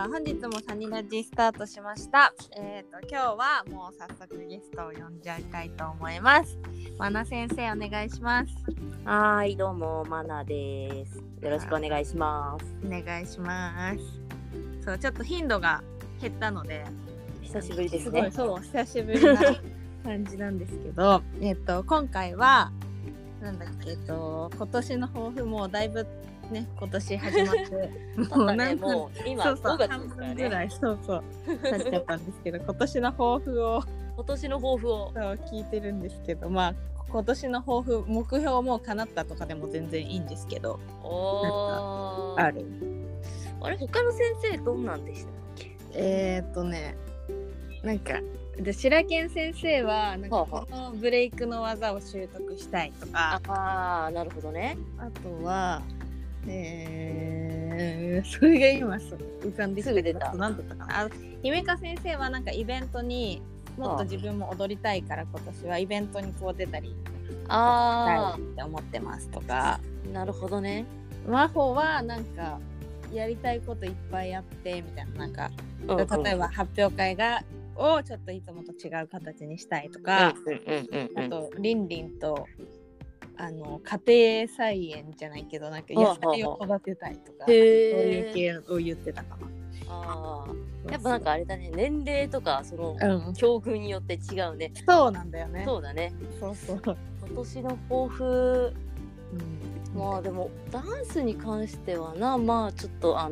本日もサニラジスタートしました。今日はもう早速ゲストを呼んじゃいたいと思います。マナ先生お願いします。 はい、どうもマナです。よろしくお願いします。 お願いします。そう、ちょっと頻度が減ったので久しぶりですね。 そう久しぶりな感じなんですけど今回はなんだっけ今年の抱負もだいぶね、今年始まってもう今5月ですからね。 ぐらい経っちゃったんですけど今年の抱負を聞いてるんですけど、まあ今年の抱負目標も叶ったとかでも全然いいんですけど、ある？ あれ他の先生どんなんでしたっけ？ なんかで白健先生はなんかこのブレイクの技を習得したいとか、 なるほどね。 あとはそれが今浮かんできたけど何だったかな。姫香先生はなんかイベントにもっと自分も踊りたいから今年はイベントにこう出たりしたいって思ってますとか。 なるほどね。 真帆はなんかやりたいこといっぱいあってみたいな、なんか、例えば発表会をちょっといつもと違う形にしたいとか、あとリンリンと家庭菜園じゃないけどなんか野菜を育てたいとか、そういう系を言ってたかな。 やっぱなんかあれだね、年齢とかその、境遇によって違うね。 そうなんだよね。 そうだね。 そう今年の抱負、まあでもダンスに関してはな、まあちょっと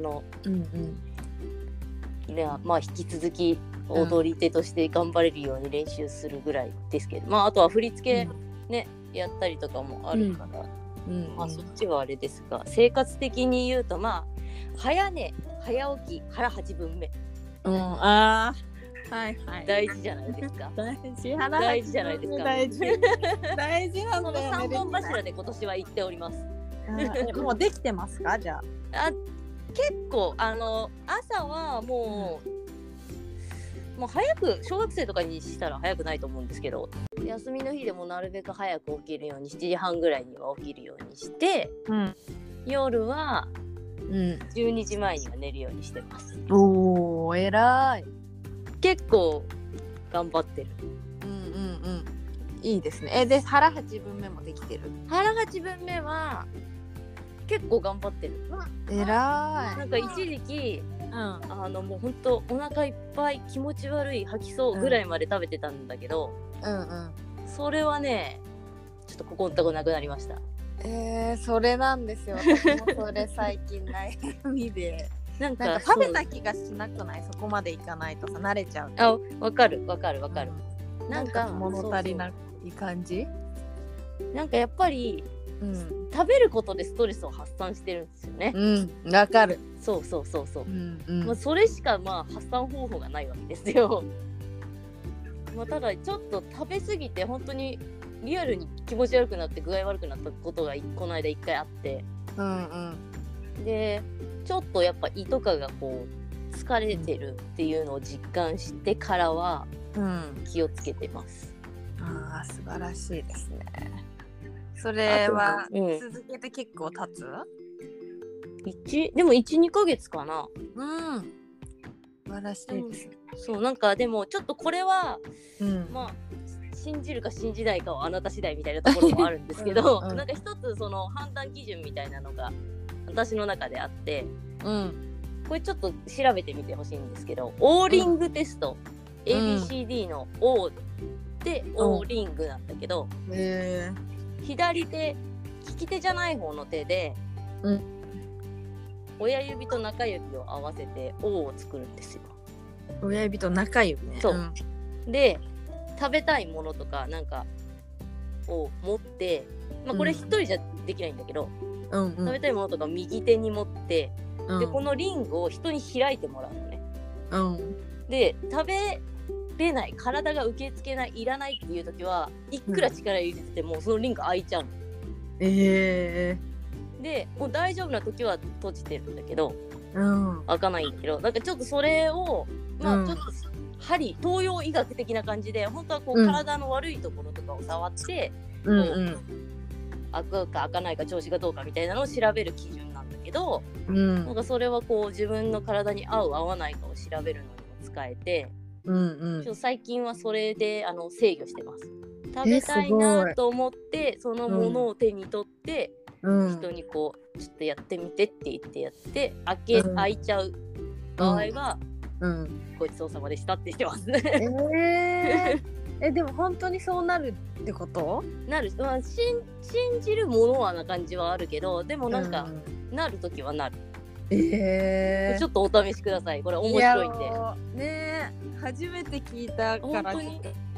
ね、まあ引き続き踊り手として頑張れるように練習するぐらいですけど、まああとは振り付けね、やったりとかもあるから、まあそっちはあれですが、生活的に言うとまあ早寝早起き腹8分目、はいはい、大事じゃないですか。大事じゃないですか。 大事なんだよね。 その3本柱で今年は行っております。 もうできてますか？じゃあ。 結構朝はもう早く小学生とかにしたら早くないと思うんですけど、休みの日でもなるべく早く起きるように7時半ぐらいには起きるようにして、夜は12時前には寝るようにしてます。 おー、偉い。 結構頑張ってる。 いいですね。で腹8分目もできてる？ 腹8分目は結構頑張ってる。 偉い。 なんか一時期もうほんとお腹いっぱい気持ち悪い吐きそうぐらいまで食べてたんだけど、それはねちょっとここのとこなくなりました。 それなんですよ。私もそれ最近悩みでなんか食べた気がしなくない？そこまでいかないとさ、慣れちゃうと。 わかる、なんか物足りない感じ。 なんかやっぱり食べることでストレスを発散してるんですよね。 わかる。 そう、まあ、それしかまあ発散方法がないわけですよ。まあ、ただちょっと食べ過ぎて本当にリアルに気持ち悪くなって具合悪くなったことがこの間1回あって、でちょっとやっぱ胃とかがこう疲れてるっていうのを実感してからは気をつけてます。 素晴らしいですね。それは続けて結構経つ？ でも 1,2 ヶ月かな。 素晴らしいです。 そうなんかでもちょっとこれは、まあ信じるか信じないかはあなた次第みたいなところもあるんですけど、なんか一つその判断基準みたいなのが私の中であって、これちょっと調べてみてほしいんですけど、オーリングテスト、ABCD の O でオーリングなんだけど、左手利き手じゃない方の手で、親指と中指を合わせて O を作るんですよ。 親指と中指ね。 そう、で食べたいものとかなんかを持って、まあ、これ一人じゃできないんだけど、食べたいものとか右手に持って、でこのリングを人に開いてもらうのね。で食べれない、体が受け付けない、いらないっていう時はいくら力入れててもそのリング開いちゃうの。でもう大丈夫な時は閉じてるんだけど、開かないんだけど、なんかちょっとそれをまあちょっと東洋医学的な感じで本当はこう、体の悪いところとかを触って、開くか開かないか調子がどうかみたいなのを調べる基準なんだけど、なんかそれはこう自分の体に合う合わないかを調べるのにも使えて、最近はそれで制御してます。食べたいなと思ってそのものを手に取って、人にこうちょっとやってみてって言ってやって開いちゃう場合は、ごちそうさまでしたってしてますね。 でも本当にそうなるってこと？ なる、信じるものはな感じはあるけど、でもなんか、なるときはなる。ちょっとお試しください。これ面白いんで。 ね、初めて聞いたからち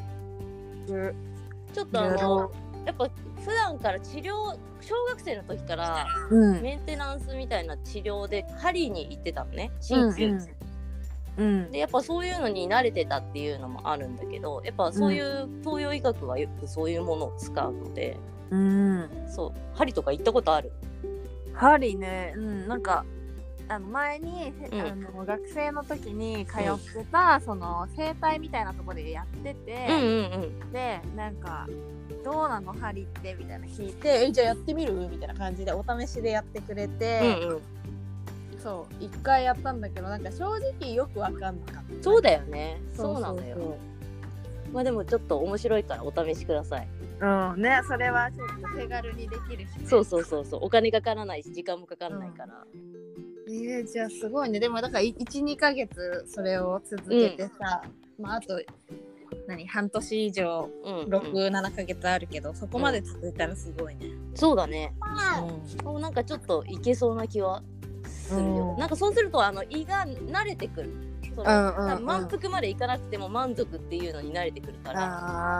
ょっとやっぱ普段から小学生の時から、メンテナンスみたいな治療で針に行ってたのね、鍼灸。でやっぱそういうのに慣れてたっていうのもあるんだけど、やっぱそういう東洋医学はよくそういうものを使うので、そう針とか行ったことある？ 針ね、なんか前に、学生の時に通ってた、その整体みたいなところでやってて、でなんかどうなの針ってみたいな聞いて、じゃあやってみるみたいな感じでお試しでやってくれて、そう1回やったんだけど、なんか正直よくわかんなかった。 そうだよね。そうなのよ。まあでもちょっと面白いからお試しください。 ね、それはちょっと手軽にできるし、ね、 そうお金かからないし時間もかからないから、 じゃあすごいね。でもだから 1,2 ヶ月それを続けてさ、あと半年以上、6,7 ヶ月あるけど、そこまで続いたらすごいね。 そうだね。なんかちょっといけそうな気はするよ。なんかそうすると胃が慣れてくる。満腹までいかなくても満足っていうのに慣れてくるから。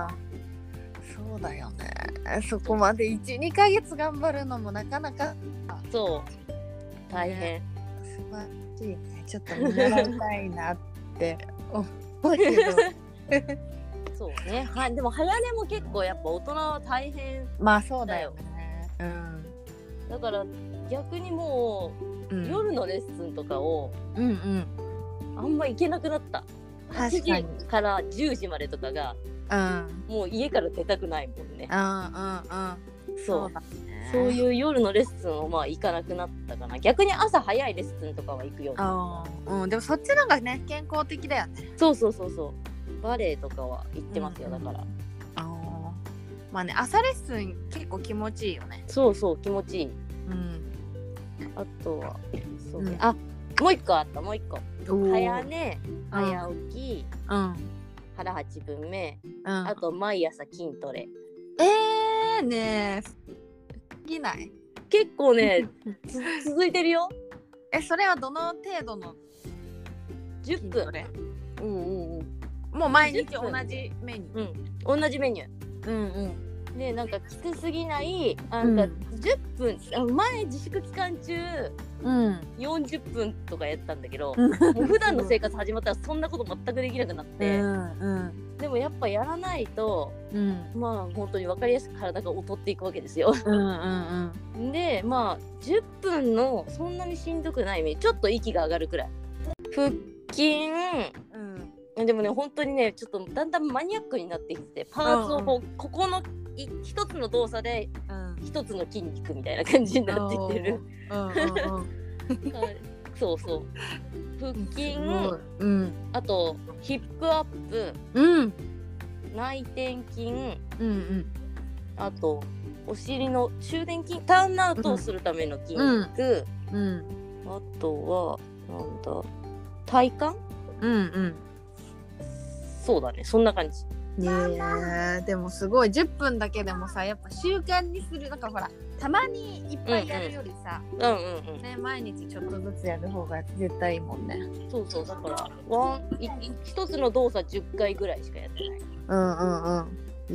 そうだよね。そこまで 1,2 ヶ月頑張るのもなかなか大変。 素晴らしいね。ちょっと見習いたいなって思うけど。 そうね。でも早寝も結構やっぱ大人は大変。 そうだよね。 だから逆にもう、夜のレッスンとかを、あんま行けなくなった。8時から10時までとかが、もう家から出たくないもんね。そういう夜のレッスンを行かなくなったかな。逆に朝早いレッスンとかは行くよ。 でもそっちの方がね健康的だよね。 そうバレエとかは行ってますよ、だから。 朝レッスン結構気持ちいいよね。 そう気持ちいい。あとはそうね、もう一個あった。早寝早起き、腹8分目、あと毎朝筋トレ。 ね過ぎない？ 結構ね続いてるよ。 それはどの程度の 10分？ もう毎日同じメニュー。 同じメニュー。でなんかきつすぎないなんか10分、前自粛期間中、40分とかやったんだけど、もう普段の生活始まったらそんなこと全くできなくなって、でもやっぱやらないと、本当に分かりやすく体が劣っていくわけですよ。で10分のそんなにしんどくないちょっと息が上がるくらい腹筋、でもね本当にねちょっとだんだんマニアックになってきて、パーツをここの一つの動作で一つの筋肉みたいな感じになってきてる。そう腹筋、あとヒップアップ、内転筋、あとお尻の中殿筋、ターンアウトをするための筋肉、あとはなんだ体幹、そうだね、そんな感じ。 でもすごい10分だけでもさ、やっぱ習慣にする。なんかほらたまにいっぱいやるよりさ、毎日ちょっとずつやる方が絶対いいもんね。 そうだから一つの動作10回ぐらいしかやってない。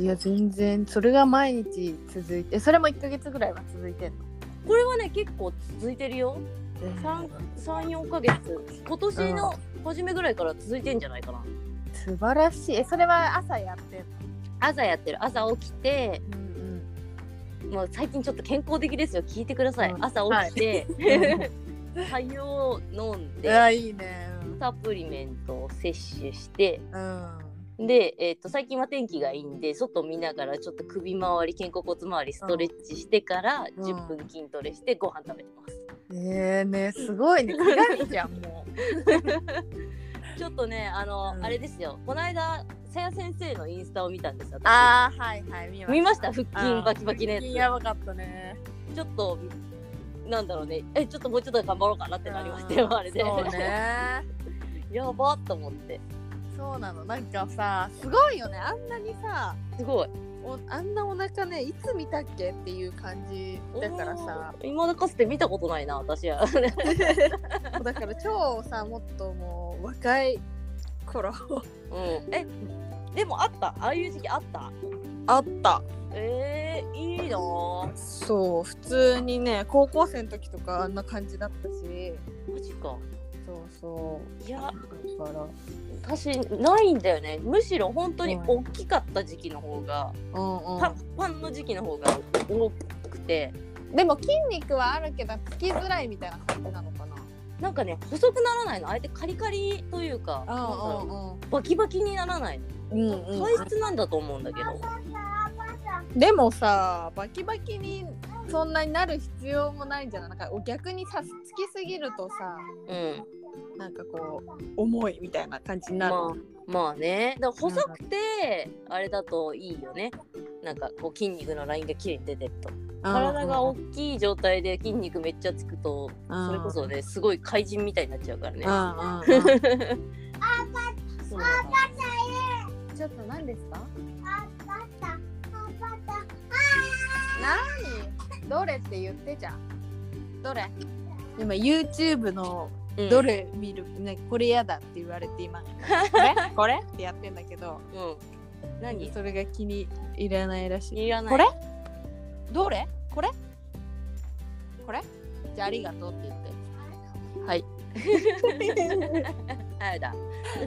いや全然それが毎日続いて、それも1ヶ月ぐらいは続いてんの？ これはね結構続いてるよ。3,4 ヶ月、今年の初めぐらいから続いてんじゃないかな。 素晴らしい。それは朝やってる？ 朝やってる。朝起きて、もう最近ちょっと健康的ですよ、聞いてください。朝起きて白湯を飲んで、 いいね。 サプリメントを摂取して、 で、最近は天気がいいんで外見ながらちょっと首周り肩甲骨周りストレッチしてから10分筋トレしてご飯食べてます。 ねすごいね鏡じゃんもうちょっとねあれですよ、この間さや先生のインスタを見たんですよ。 はいはい見ました。腹筋バキバキのやつ。 腹筋やばかったね。 ちょっとなんだろうね、ちょっともうちょっと頑張ろうかなってなりましたよ、あれで。 そうねやばっと思って。 そうなの、なんかさすごいよね、あんなにさすごいあんなお腹ねいつ見たっけっていう感じだからさ、 今だかつて見たことないな私は。 だから超さもっともう若い頃でもあったああいう時期あった。いいな。 そう普通にね高校生の時とかあんな感じだったし。 マジか。 そういやだから私ないんだよね。むしろ本当に大きかった時期の方が、パンの時期の方が多くて。 でも筋肉はあるけどつきづらいみたいな感じなのかな。 なんかね細くならないの。あえてカリカリというかバキバキにならないの。体質なんだと思うんだけど。 でもさバキバキにそんなになる必要もないんじゃない。なんか逆にさつきすぎるとさ、なんかこう重いみたいな感じになる。 まあね。だから細くてあれだといいよね。なんかこう筋肉のラインが綺麗に出てると。体が大きい状態で筋肉めっちゃつくとそれこそねすごい怪人みたいになっちゃうからね。 ちょっと何ですか？何？どれって言ってじゃん。どれ？今 YouTube のどれ見る、ね、これやだって言われて今これってやってんだけど、何それが気に入らないらしい。これ？どれ？これ？じゃあありがとうって言って。はい。 あだ。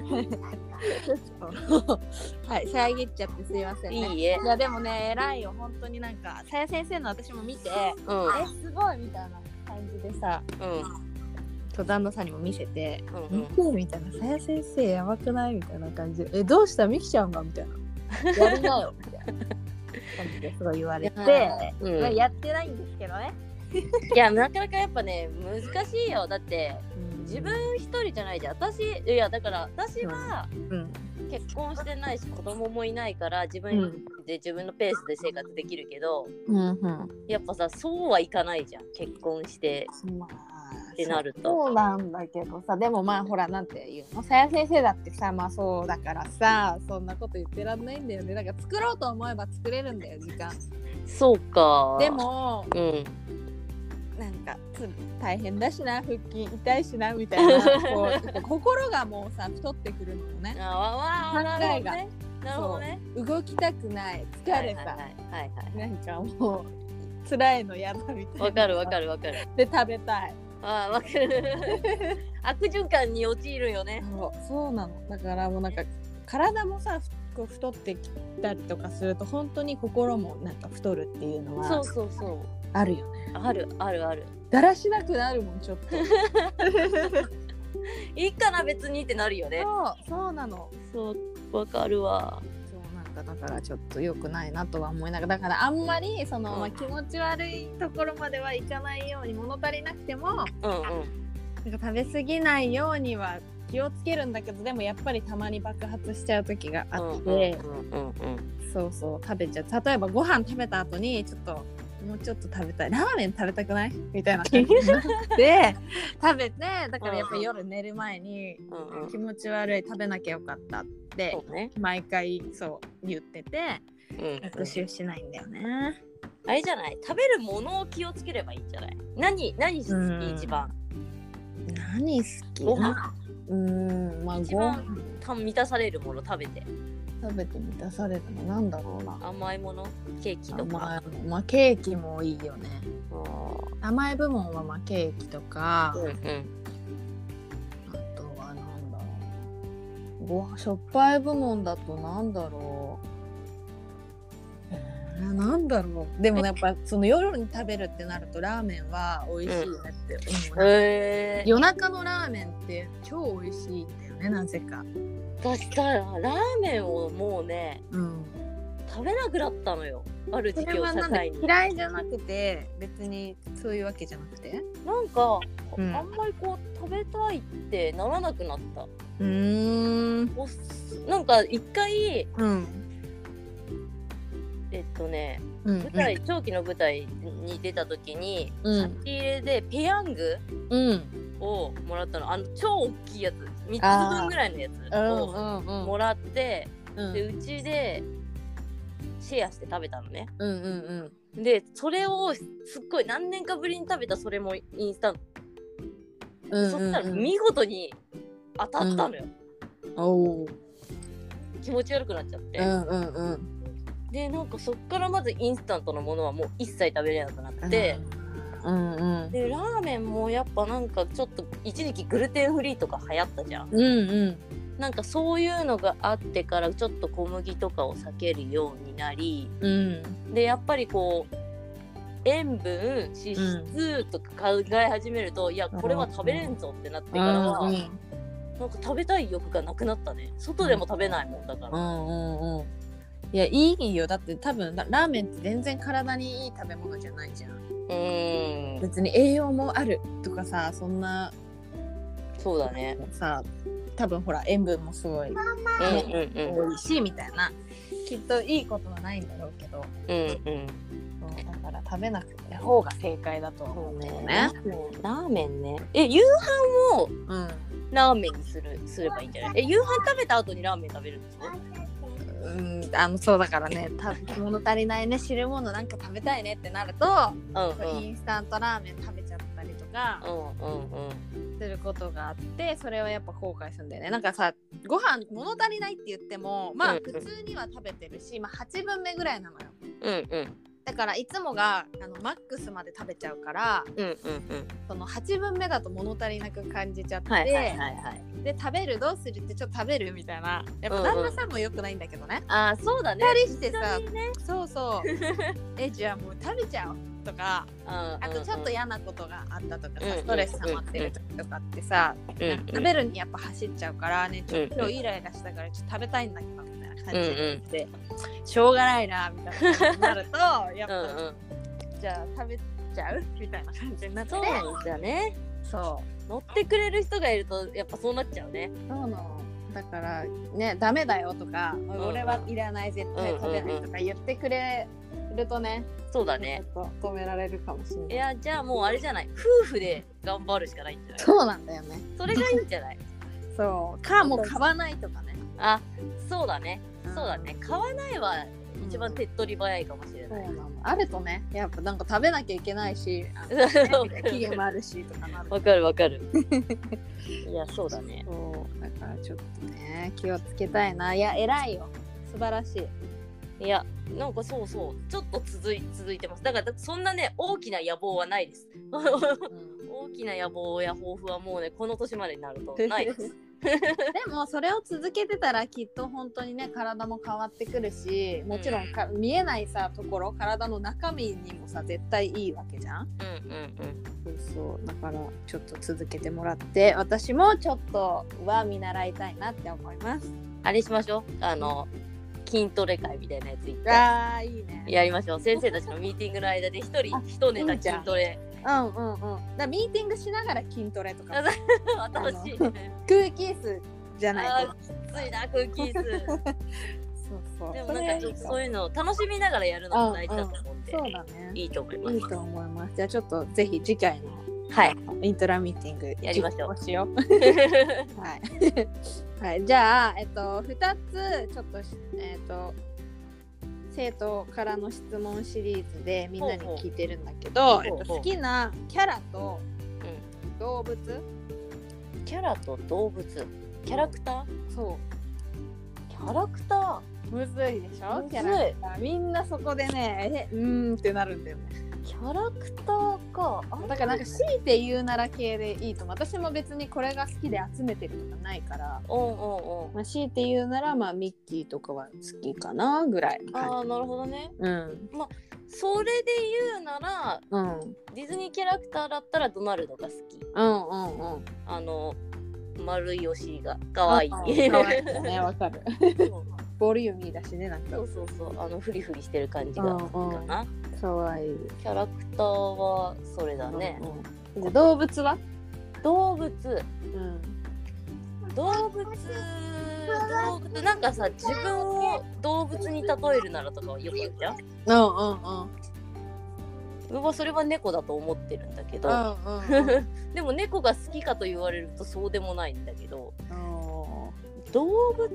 はい、遮っちゃってすいませんね。 いいえ。 いやでもね偉いよ本当に。なんかさや先生の私も見て、すごいみたいな感じでさ、旦那さんにも見せて、見てみたいな、さや先生やばくないみたいな感じで、どうしたみきちゃんがみたいな、やりなよみたいな感じですごい言われて、やってないんですけどね。 いやなかなかやっぱね難しいよ。だって、自分一人じゃないじゃん。だから私は、結婚してないし子供もいないから自分のペースで生活できるけど、やっぱさそうはいかないじゃん結婚してってなると。 そうなんだけどさ、でもまあほらなんていうの、さや先生だってさまあそうだからさそんなこと言ってらんないんだよね。だから作ろうと思えば作れるんだよ時間。 そうか。 でもなんか大変だしな、腹筋痛いしなみたいなこう心がもうさ太ってくるのよね。考えが。 なるほどね。 動きたくない、疲れた、なんかもう辛いのやだみたいな。 わかる。 で食べたい。 わかる。悪循環に陥るよね。 そうなの。だからもうなんか体もさこう太ってきたりとかすると本当に心もなんか太るっていうのはそうあるよね。ある。 だらしなくなるもんちょっと。 いいかな別にってなるよね。 そうなの。 そうわかるわ。 そうなんかだからちょっと良くないなとは思いながら、だからあんまりその、気持ち悪いところまではいかないように、物足りなくても、なんか食べ過ぎないようには気をつけるんだけど、でもやっぱりたまに爆発しちゃう時があって、そう食べちゃう。例えばご飯食べた後にちょっともうちょっと食べたい、ラーメン食べたくないみたいな感じになって食べて、だからやっぱ夜寝る前に気持ち悪い、食べなきゃよかったって毎回そう言ってて復習しないんだよね。 あれじゃない、食べるものを気をつければいいんじゃない？何好き一番？ 何好き？ ご飯。 まあ一番満たされるもの食べて満たされるのなんだろうな。 甘いもの、ケーキとか。 まあケーキもいいよね。甘い部門はまあケーキとか、あとはなんだろう、しょっぱい部門だとなんだろう、なんだろう。でもやっぱその夜に食べるってなるとラーメンは美味しいよねって思う。夜中のラーメンって超美味しいんだよね、なぜか。 私さラーメンをもうね、食べなくなったのよ、ある時期を境に。 嫌いじゃなくて別にそういうわけじゃなくて、 なんか、あんまりこう食べたいってならなくなった。なんか一回、舞台、長期の舞台に出た時に、差し入れでペヤングをもらったの、超大きいやつ3つ分ぐらいのやつをもらって、でうちでシェアして食べたのね。でそれをすっごい何年かぶりに食べた、それもインスタント、そしたら見事に当たったのよ、気持ち悪くなっちゃって、でなんかそっからまずインスタントのものはもう一切食べれなくなって、でラーメンもやっぱなんかちょっと一時期グルテンフリーとか流行ったじゃん、なんかそういうのがあってからちょっと小麦とかを避けるようになり、でやっぱりこう塩分脂質とか考え始めると、いやこれは食べれんぞってなってからは、なんか食べたい欲がなくなったね。外でも食べないもんだから、 いやいいよ、だって多分ラーメンって全然体にいい食べ物じゃないじゃん。別に栄養もあるとかさ、そんな。 そうだね。 さ、多分ほら塩分もすごい、多いしみたいな、きっといいことはないんだろうけど、だから食べなくて方が正解だと思うね。 ラーメンね。夕飯をラーメンにすればいいんじゃない？夕飯食べた後にラーメン食べるんですか？ そうだからね、物足りないね、汁物なんか食べたいねってなると、インスタントラーメン食べちゃったりとかすることがあって、それはやっぱ後悔するんだよね。なんかさ、ご飯物足りないって言ってもまあ普通には食べてるし、8分目ぐらいなのよ。だからいつもがマックスまで食べちゃうから、その8分目だと物足りなく感じちゃって、で食べるどうするってちょっと食べるみたいな、やっぱ旦那さんも良くないんだけどね。 そうだね。 2人してさ、そうじゃあもう食べちゃおうとか、あとちょっと嫌なことがあったとかさ、ストレス溜まってる時とかってさ、食べるにやっぱ走っちゃうからね、ちょっと今日イライラしたからちょっと食べたいんだけどみたいな感じで言って、しょうがないなみたいな感じになるとやっぱじゃあ食べちゃうみたいな感じになって、 そうだね。乗ってくれる人がいるとやっぱそうなっちゃうね。 そうなの。だからね、ダメだよとか、俺はいらない絶対食べないとか言ってくれるとね、 そうだね、 止められるかもしれない。 いやじゃあもうあれじゃない、夫婦で頑張るしかないんじゃない？ そうなんだよね。 それがいいんじゃない？ そうか、もう買わないとかね。 そうだね、買わないは一番手っ取り早いかもしれない。 そうなの。あるとね、やっぱなんか食べなきゃいけないし、期限もあるしとかなる。 わかるいやそうだね。 だからちょっとね気をつけたいな。いや偉いよ、素晴らしい。 いやなんかそうちょっと続いてます。だからそんなね大きな野望はないです大きな野望や抱負はもうねこの年までになるとないですでもそれを続けてたらきっと本当にね体も変わってくるし、もちろん見えないさところ、体の中身にもさ絶対いいわけじゃん。そうだからちょっと続けてもらって、私もちょっとは見習いたいなって思います。 あれしましょう、筋トレ会みたいなやついいいね、 やりましょう。先生たちのミーティングの間で一人一ネタ筋トレ。 だミーティングしながら筋トレとか新しいね。 空気椅子じゃないときついな空気椅子そうでもなんかちょっとそういうのを楽しみながらやるのも大事だと思うんで、 そうだね、 いいと思います。 いいと思います。じゃあちょっとぜひ次回のイントラミーティングやりましょう。 はい、じゃあ2つちょっと生徒からの質問シリーズでみんなに聞いてるんだけど、好きなキャラと動物、 キャラと動物、キャラクター、 そうキャラクターむずいでしょ。キャラクターみんなそこでねってなるんだよね。 キャラクターか。 だからなんか強いて言うなら系でいいと思う。私も別にこれが好きで集めてるとかないから、まあ、強いて言うならまあミッキーとかは好きかなぐらい。 なるほどね。まあそれで言うなら、ディズニーキャラクターだったらドナルドが好き。 丸いお尻がかわいい。 かわいいね、わかる。ボリューミーだしね、なんか。 そうフリフリしてる感じがかな。 かわいい。 キャラクターはそれだね。 じゃ動物は？ 動物なんかさ、自分を動物に例えるならとかはよくあるじゃん。それは猫だと思ってるんだけど、でも猫が好きかと言われるとそうでもないんだけど、動物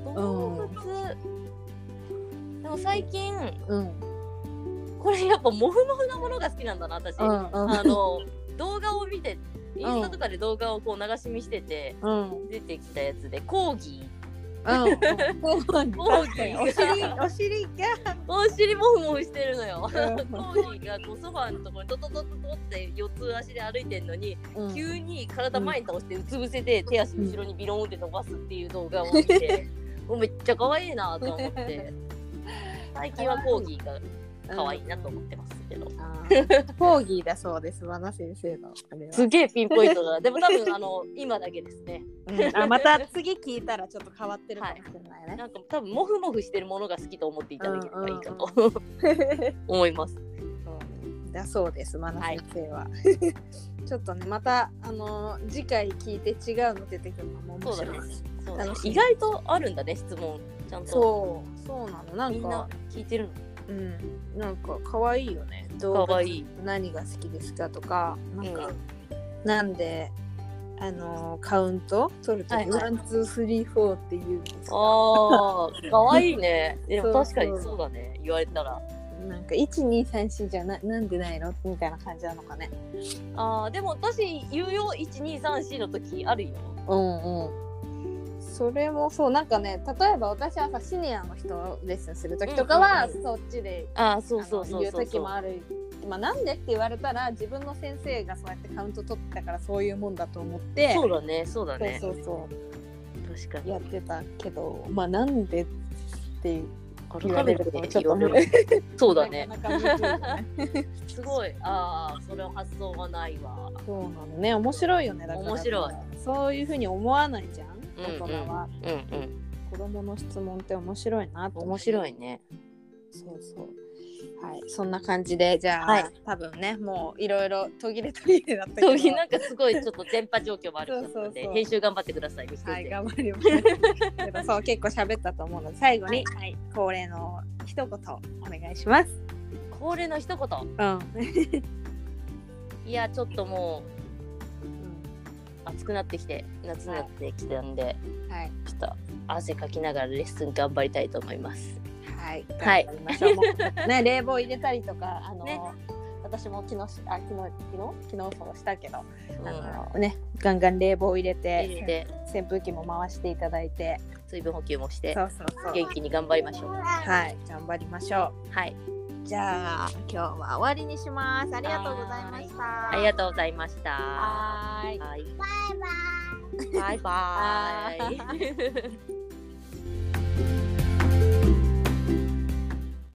でも最近、これやっぱモフモフなものが好きなんだな私。動画を見て、インスタとかで動画をこう流し見してて、出てきたやつでコーギー。コーギーお尻モフモフしてるのよ。コーギーがこうソファーのところにトトトトトって四つ足で歩いてるのに、急に体前に倒してうつ伏せで手足後ろにビローンって伸ばすっていう動画を見て、もうめっちゃ可愛いなと思って、最近はコーギーが可愛いなと思ってますけど。 コーギーだそうです、和田先生のあれは。 すげえピンポイントだ。でも多分今だけですね。 また次聞いたらちょっっと変わってるかもしれないね。 なんか多分モフモフしてるものが好きと思っていただければいいかと思います。 だそうです、和田先生は。ちょっとね、また次回聞いて違うの出てくるのも面白いです。 意外とあるんだね、質問ちゃんと。 そうなの。なんかみんな聞いてるの。 なんか可愛いよね。 可愛い。 何が好きですかとか、なんか、なんでカウント取るとき、1、2、3、4って言うんですか。 可愛いね。でも確かにそうだね。言われたら。 なんか1、2、3、4じゃなんでないのみたいな感じなのかね。 でも私言うよ、1、2、3、4の時あるよ。 それもそう、なんかね、例えば私はさ、シニアの人をレッスンする時とかは、そっちで言う時もある。なんでって言われたら、自分の先生がそうやってカウント取ってたからそういうもんだと思って、 そうだねそう確かにやってたけど、なんでって言われるとちょっとそうだね。すごい。それは発想がないわ。 そうなのね。面白いよね。だから面白い。 そういう風に思わないじゃん、大人は。子供の質問って面白いなと。 面白いね。 そうそう。はい、そんな感じで、じゃあ、多分ね、もういろいろ途切れだったけど、 なんかすごいちょっと電波状況もあるので、編集頑張ってください。 はい、頑張りますけど、そう結構喋ったと思うので、最後に、恒例の一言お願いします。 恒例の一言。いや、ちょっともう暑くなってきて、夏になってきたんで、ちょっと汗かきながらレッスン頑張りたいと思います。 はい、頑張りましょう。ね、冷房入れたりとか、私も昨日そうしたけど、ね、ガンガン冷房入れて、扇風機も回していただいて、 水分補給もして、元気に頑張りましょう。 はい、頑張りましょう。はい。じゃあ今日は終わりにします。ありがとうございました。 ありがとうございました。 はい。 バイバイ。バイバイ。